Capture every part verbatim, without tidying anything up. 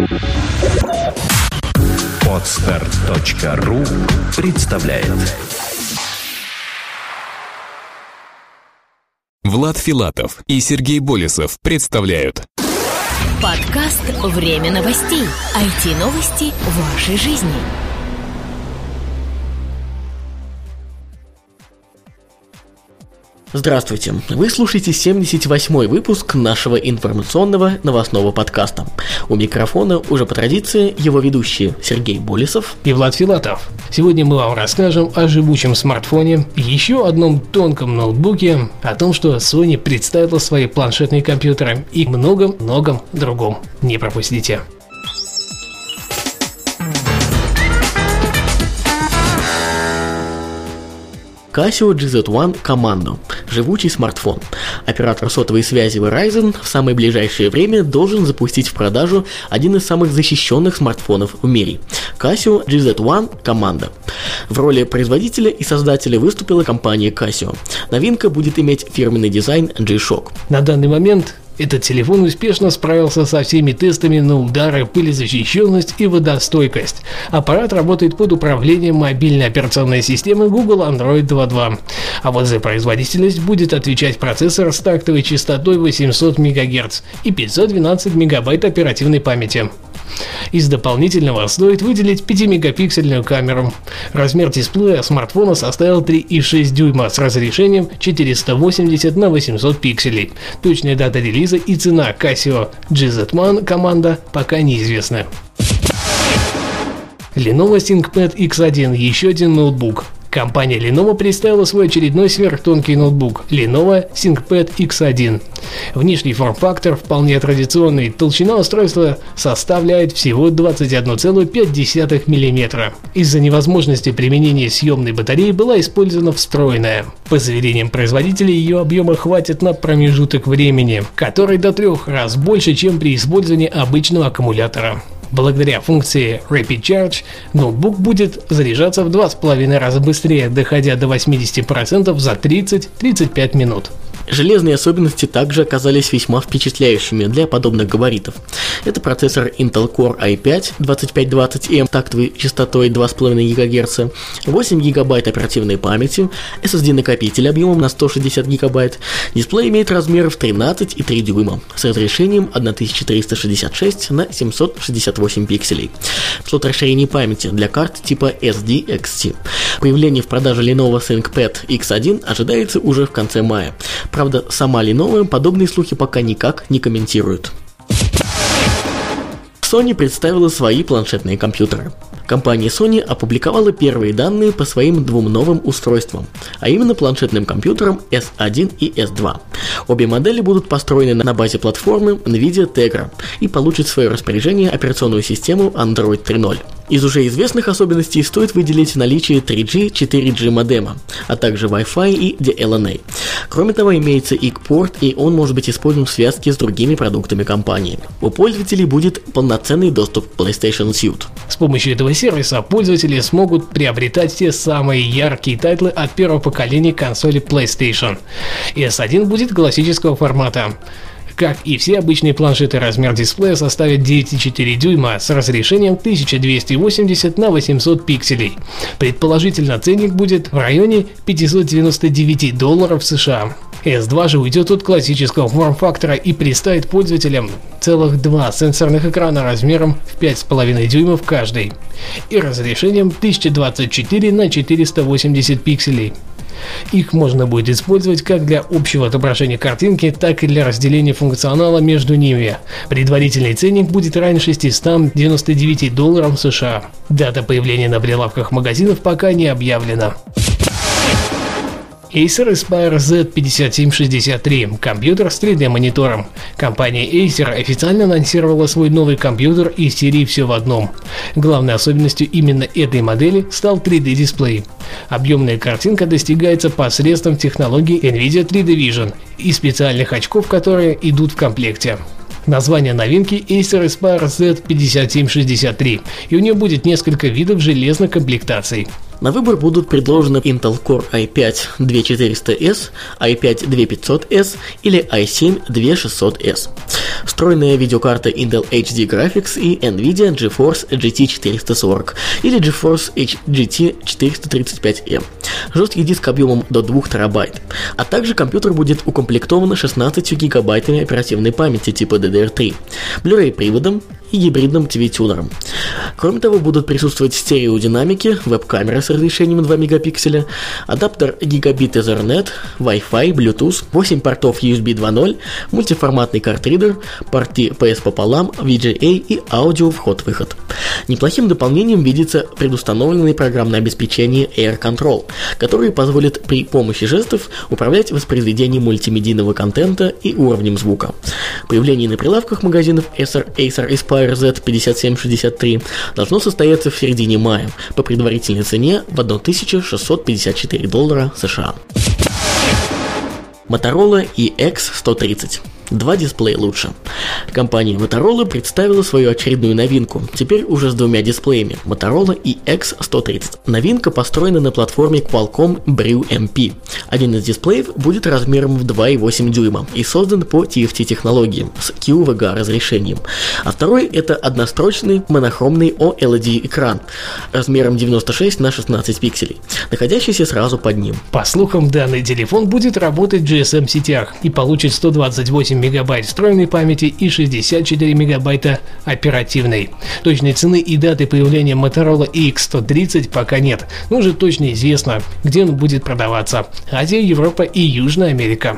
Подстарт точка ру представляет. Влад Филатов и Сергей Болесов представляют подкаст «Время новостей». ай ти-новости вашей жизни. Здравствуйте! Вы слушаете семьдесят восьмой выпуск нашего информационного новостного подкаста. У микрофона уже по традиции его ведущие Сергей Болесов и Влад Филатов. Сегодня мы вам расскажем о живучем смартфоне, еще одном тонком ноутбуке, о том, что Sony представила свои планшетные компьютеры и многом-многом другом. Не пропустите! Casio джи зет один Commando – живучий смартфон. Оператор сотовой связи Verizon в самое ближайшее время должен запустить в продажу один из самых защищенных смартфонов в мире – Casio джи зет один Commando. В роли производителя и создателя выступила компания Casio. Новинка будет иметь фирменный дизайн G-Shock. На данный момент этот телефон успешно справился со всеми тестами на удары, пылезащищенность и водостойкость. Аппарат работает под управлением мобильной операционной системы Google Android два точка два. А вот за производительность будет отвечать процессор с тактовой частотой восемьсот мегагерц и пятьсот двенадцать мегабайт оперативной памяти. Из дополнительного стоит выделить пятимегапиксельную камеру. Размер дисплея смартфона составил три и шесть дюйма с разрешением четыреста восемьдесят на восемьсот пикселей. Точная дата релиза и цена Casio джи зет один Commando пока неизвестны. Lenovo ThinkPad икс один – еще один ноутбук. Компания Lenovo представила свой очередной сверхтонкий ноутбук Lenovo ThinkPad икс один. Внешний форм-фактор вполне традиционный, толщина устройства составляет всего двадцать одна целая пять десятых миллиметра. Из-за невозможности применения съемной батареи была использована встроенная. По заверениям производителей, ее объема хватит на промежуток времени, который до трех раз больше, чем при использовании обычного аккумулятора. Благодаря функции Rapid Charge ноутбук будет заряжаться в два с половиной раза быстрее, доходя до восемьдесят процентов за тридцать-тридцать пять минут. Железные особенности также оказались весьма впечатляющими для подобных габаритов. Это процессор Intel Core ай пять двадцать пять двадцать эм тактовой частотой два с половиной гигагерц, восемь гигабайт оперативной памяти, эс эс ди-накопитель объемом на сто шестьдесят гигабайт. Дисплей имеет размер в тринадцать и три дюйма с разрешением тысяча триста шестьдесят шесть на семьсот шестьдесят восемь пикселей. Слот расширения памяти для карт типа эс ди экс ти. Появление в продаже Lenovo ThinkPad икс один ожидается уже в конце мая. Правда, сама Lenovo подобные слухи пока никак не комментирует. Sony представила свои планшетные компьютеры. Компания Sony опубликовала первые данные по своим двум новым устройствам, а именно планшетным компьютерам эс один и эс два. Обе модели будут построены на базе платформы NVIDIA Tegra и получат в свое распоряжение операционную систему Android три ноль. Из уже известных особенностей стоит выделить наличие три джи, четыре джи модема, а также Wi-Fi и ди эл эн эй. Кроме того, имеется ай си-порт, и он может быть использован в связке с другими продуктами компании. У пользователей будет полноценный доступ к PlayStation Suite. С помощью этого сервиса пользователи смогут приобретать те самые яркие тайтлы от первого поколения консоли PlayStation. эс один будет классического формата. Как и все обычные планшеты, размер дисплея составит девять и четыре дюйма с разрешением тысяча двести восемьдесят на восемьсот пикселей. Предположительно, ценник будет в районе пятьсот девяносто девять долларов США. эс два же уйдет от классического форм-фактора и представит пользователям целых два сенсорных экрана размером в пять с половиной дюймов каждый и разрешением тысяча двадцать четыре на четыреста восемьдесят пикселей. Их можно будет использовать как для общего отображения картинки, так и для разделения функционала между ними. Предварительный ценник будет равен шестистам девяноста девяти долларам США. Дата появления на прилавках магазинов пока не объявлена. Acer Aspire зет пятьдесят семь шестьдесят три – компьютер с три дэ-монитором. Компания Acer официально анонсировала свой новый компьютер из серии «Все в одном». Главной особенностью именно этой модели стал три дэ-дисплей. Объемная картинка достигается посредством технологии NVIDIA три дэ Vision и специальных очков, которые идут в комплекте. Название новинки Acer Aspire зет пятьдесят семь шестьдесят три, и у нее будет несколько видов железных комплектаций. На выбор будут предложены Intel Core ай пять две тысячи четыреста эс, ай пять две тысячи пятьсот эс или ай семь две тысячи шестьсот эс. Встроенная видеокарта Intel эйч ди Graphics и NVIDIA GeForce джи ти четыреста сорок или GeForce джи ти четыреста тридцать пять эм. Жесткий диск объемом до двух терабайт. А также компьютер будет укомплектован шестнадцатью гигабайтами оперативной памяти типа ди ди ар три, Blu-ray приводом и гибридным ти ви-тюнером. Кроме того, будут присутствовать стереодинамики, веб-камера с разрешением два мегапикселя, адаптер Gigabit Ethernet, Wi-Fi, Bluetooth, восемь портов ю эс би два ноль, мультиформатный картридер, порты пи эс пополам, ви джи эй и аудио вход-выход. Неплохим дополнением видится предустановленное программное обеспечение Air Control, которое позволит при помощи жестов управлять воспроизведением мультимедийного контента и уровнем звука. Появление на прилавках магазинов Acer, Acer Aspire зет пятьдесят семь шестьдесят три должно состояться в середине мая по предварительной цене в тысяча шестьсот пятьдесят четыре доллара США. Motorola и икс сто тридцать. Два дисплея лучше. Компания Motorola представила свою очередную новинку, теперь уже с двумя дисплеями, Motorola и икс сто тридцать. Новинка построена на платформе Qualcomm Brio эм пи. Один из дисплеев будет размером в два и восемь дюйма и создан по ти эф ти технологии с кью ви джи разрешением, а второй это однострочный монохромный о эл и ди экран размером девяносто шесть на шестнадцать пикселей, находящийся сразу под ним. По слухам, данный телефон будет работать в джи эс эм-сетях и получит сто двадцать восемь мегабайт встроенной памяти и шестьдесят четыре мегабайта оперативной. Точной цены и даты появления Motorola и икс сто тридцать пока нет, но уже точно известно, где он будет продаваться: Азия, Европа и Южная Америка.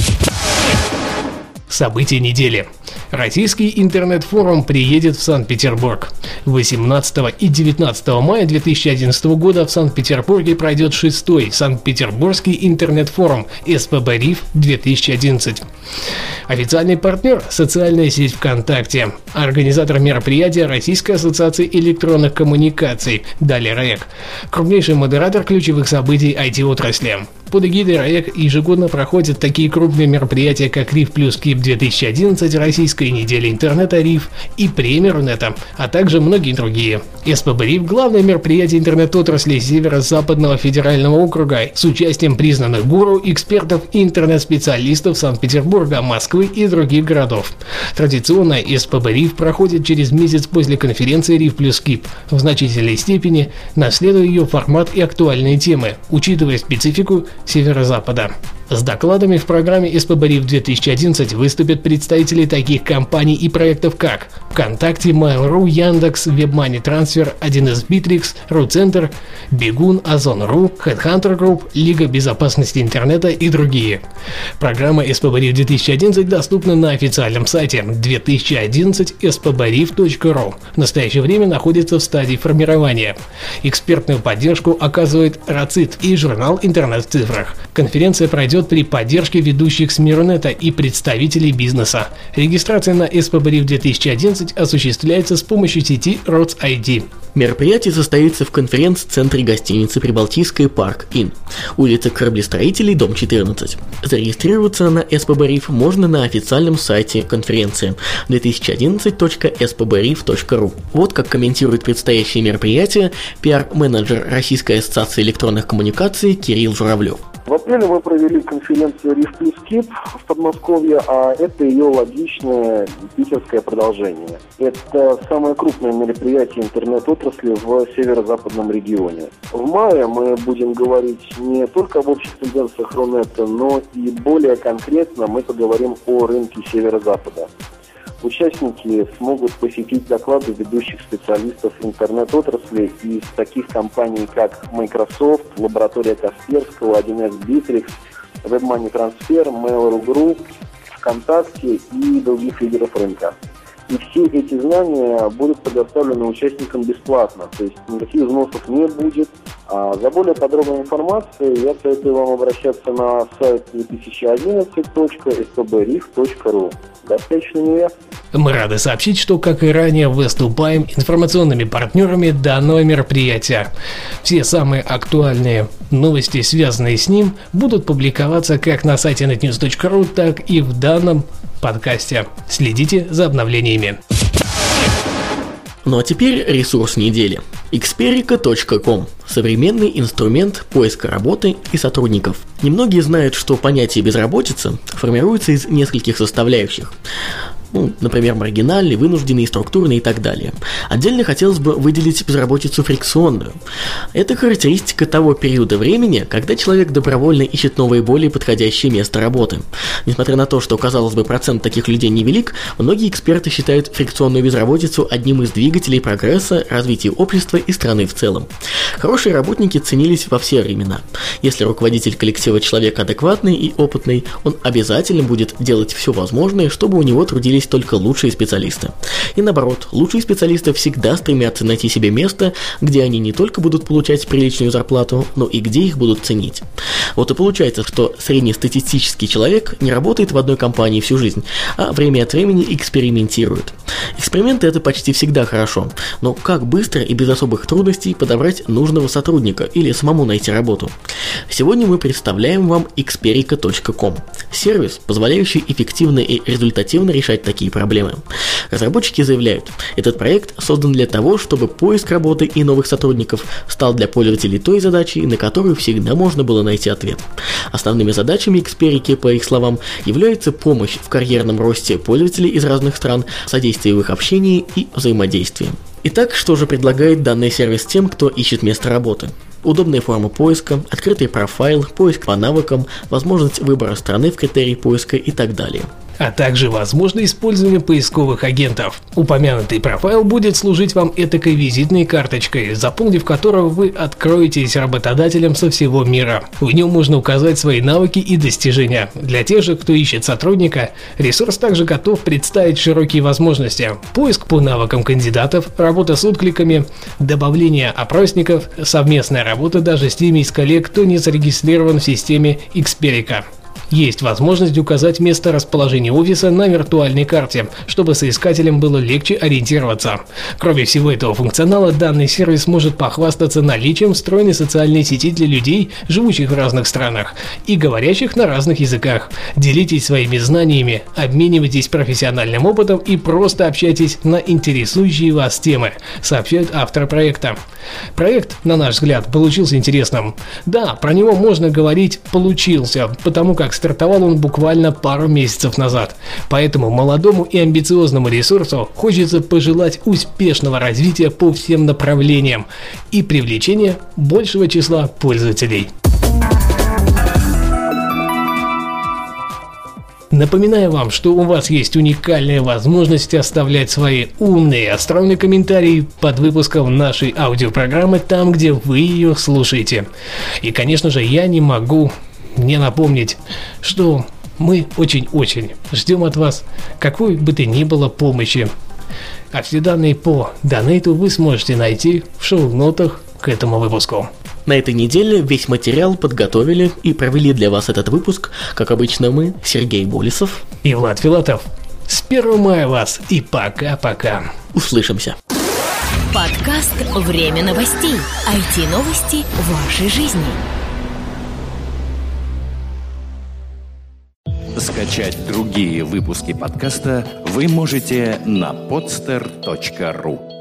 События недели. Российский интернет-форум приедет в Санкт-Петербург. восемнадцатого и девятнадцатого мая две тысячи одиннадцатого года в Санкт-Петербурге пройдет шестой Санкт-Петербургский интернет-форум эс пэ бэ риф две тысячи одиннадцать. Официальный партнер – социальная сеть ВКонтакте. Организатор мероприятия – Российская ассоциация электронных коммуникаций, далее РАЭК. Крупнейший модератор ключевых событий ай ти-отрасли. Под эгидой РАЭК ежегодно проходят такие крупные мероприятия, как риф плюс кип две тысячи одиннадцать, Российская неделя интернета риф и премия Рунета, а также многие другие. эс пэ бэ риф – главное мероприятие интернет-отрасли Северо-Западного федерального округа с участием признанных гуру, экспертов и интернет-специалистов Санкт-Петербурга, Москвы и других городов. Традиционно эс пэ бэ риф проходит через месяц после конференции риф плюс кип, в значительной степени наследуя ее формат и актуальные темы, учитывая специфику Северо-Запада. С докладами в программе эс пэ бэ риф две тысячи одиннадцать выступят представители таких компаний и проектов, как ВКонтакте, Mail.ru, Яндекс, WebMoney Transfer, один эс Bittrex, RuCenter, Бегун, Озон.ру, Headhunter Group, Лига безопасности интернета и другие. Программа эс пэ бэ риф две тысячи одиннадцать доступна на официальном сайте две тысячи одиннадцать эс пэ бэ риф точка ру. В настоящее время находится в стадии формирования. Экспертную поддержку оказывает РАЦИТ и журнал «Интернет в цифрах». Конференция пройдет при поддержке ведущих СМИ Рунета и представителей бизнеса. Регистрация на эс пэ бэ риф две тысячи одиннадцать осуществляется с помощью сети Roads ай ди. Мероприятие состоится в конференц-центре гостиницы «Прибалтийская Парк Inn», улица Кораблестроителей, дом четырнадцать. Зарегистрироваться на эс пэ бэ риф можно на официальном сайте конференции две тысячи одиннадцать точка эс пэ бэ риф точка ру. Вот как комментирует предстоящее мероприятие пиар-менеджер Российской ассоциации электронных коммуникаций Кирилл Журавлев. В апреле мы провели конференцию риф плюс кип в Подмосковье, а это ее логичное питерское продолжение. Это самое крупное мероприятие интернет-отрасли в северо-западном регионе. В мае мы будем говорить не только об общих тенденциях Рунета, но и более конкретно мы поговорим о рынке северо-запада. Участники смогут посетить доклады ведущих специалистов интернет-отрасли из таких компаний, как Microsoft, лаборатория Касперского, один эс Bittrex, WebMoney Transfer, Mail.ru Group, ВКонтакте и других лидеров рынка. И все эти знания будут предоставлены участникам бесплатно, то есть никаких взносов не будет. А за более подробной информацией я советую вам обращаться на сайт две тысячи одиннадцать точка эс пэ бэ риф точка ру. До встречи на Неве. Мы рады сообщить, что, как и ранее, выступаем информационными партнерами данного мероприятия. Все самые актуальные новости, связанные с ним, будут публиковаться как на сайте нет ньюс точка ру, так и в данном подкасте. Следите за обновлениями. Ну а теперь ресурс недели. эксперика точка ком – современный инструмент поиска работы и сотрудников. Немногие знают, что понятие безработица формируется из нескольких составляющих. Ну, например, маргинальный, вынужденный, структурный и так далее. Отдельно хотелось бы выделить безработицу фрикционную. Это характеристика того периода времени, когда человек добровольно ищет новое и более подходящее место работы. Несмотря на то, что, казалось бы, процент таких людей невелик, многие эксперты считают фрикционную безработицу одним из двигателей прогресса, развития общества и страны в целом. Хорошие работники ценились во все времена. Если руководитель коллектива человек адекватный и опытный, он обязательно будет делать все возможное, чтобы у него трудились только лучшие специалисты. И наоборот, лучшие специалисты всегда стремятся найти себе место, где они не только будут получать приличную зарплату, но и где их будут ценить. Вот и получается, что среднестатистический человек не работает в одной компании всю жизнь, а время от времени экспериментирует. Эксперименты – это почти всегда хорошо, но как быстро и без особых трудностей подобрать нужного сотрудника или самому найти работу? Сегодня мы представляем вам эксперика точка ком – сервис, позволяющий эффективно и результативно решать такие проблемы. Разработчики заявляют, этот проект создан для того, чтобы поиск работы и новых сотрудников стал для пользователей той задачей, на которую всегда можно было найти ответ. Основными задачами эксперики, по их словам, является помощь в карьерном росте пользователей из разных стран, содействие в их общении и взаимодействии. Итак, что же предлагает данный сервис тем, кто ищет место работы? Удобная форма поиска, открытый профайл, поиск по навыкам, возможность выбора страны в критерии поиска и так далее. А также возможно использование поисковых агентов. Упомянутый профайл будет служить вам этакой визитной карточкой, заполнив которую вы откроетесь работодателям со всего мира. В нем можно указать свои навыки и достижения. Для тех же, кто ищет сотрудника, ресурс также готов представить широкие возможности. Поиск по навыкам кандидатов, работа с откликами, добавление опросников, совместная работа даже с теми из коллег, кто не зарегистрирован в системе Эксперика. Есть возможность указать место расположения офиса на виртуальной карте, чтобы соискателям было легче ориентироваться. Кроме всего этого функционала, данный сервис может похвастаться наличием встроенной социальной сети для людей, живущих в разных странах и говорящих на разных языках. Делитесь своими знаниями, обменивайтесь профессиональным опытом и просто общайтесь на интересующие вас темы, сообщают авторы проекта. Проект, на наш взгляд, получился интересным. Да, про него можно говорить «получился», потому как стартовал он буквально пару месяцев назад. Поэтому молодому и амбициозному ресурсу хочется пожелать успешного развития по всем направлениям и привлечения большего числа пользователей. Напоминаю вам, что у вас есть уникальная возможность оставлять свои умные, остроумные комментарии под выпуском нашей аудиопрограммы там, где вы ее слушаете. И, конечно же, я не могу не напомнить, что мы очень-очень ждем от вас какой бы то ни было помощи. А все данные по донейту вы сможете найти в шоу-нотах к этому выпуску. На этой неделе весь материал подготовили и провели для вас этот выпуск, как обычно, мы, Сергей Болесов и Влад Филатов. С первого мая вас и пока-пока. Услышимся. Подкаст «Время новостей». ай ти-новости вашей жизни. Скачать другие выпуски подкаста вы можете на podster точка ру.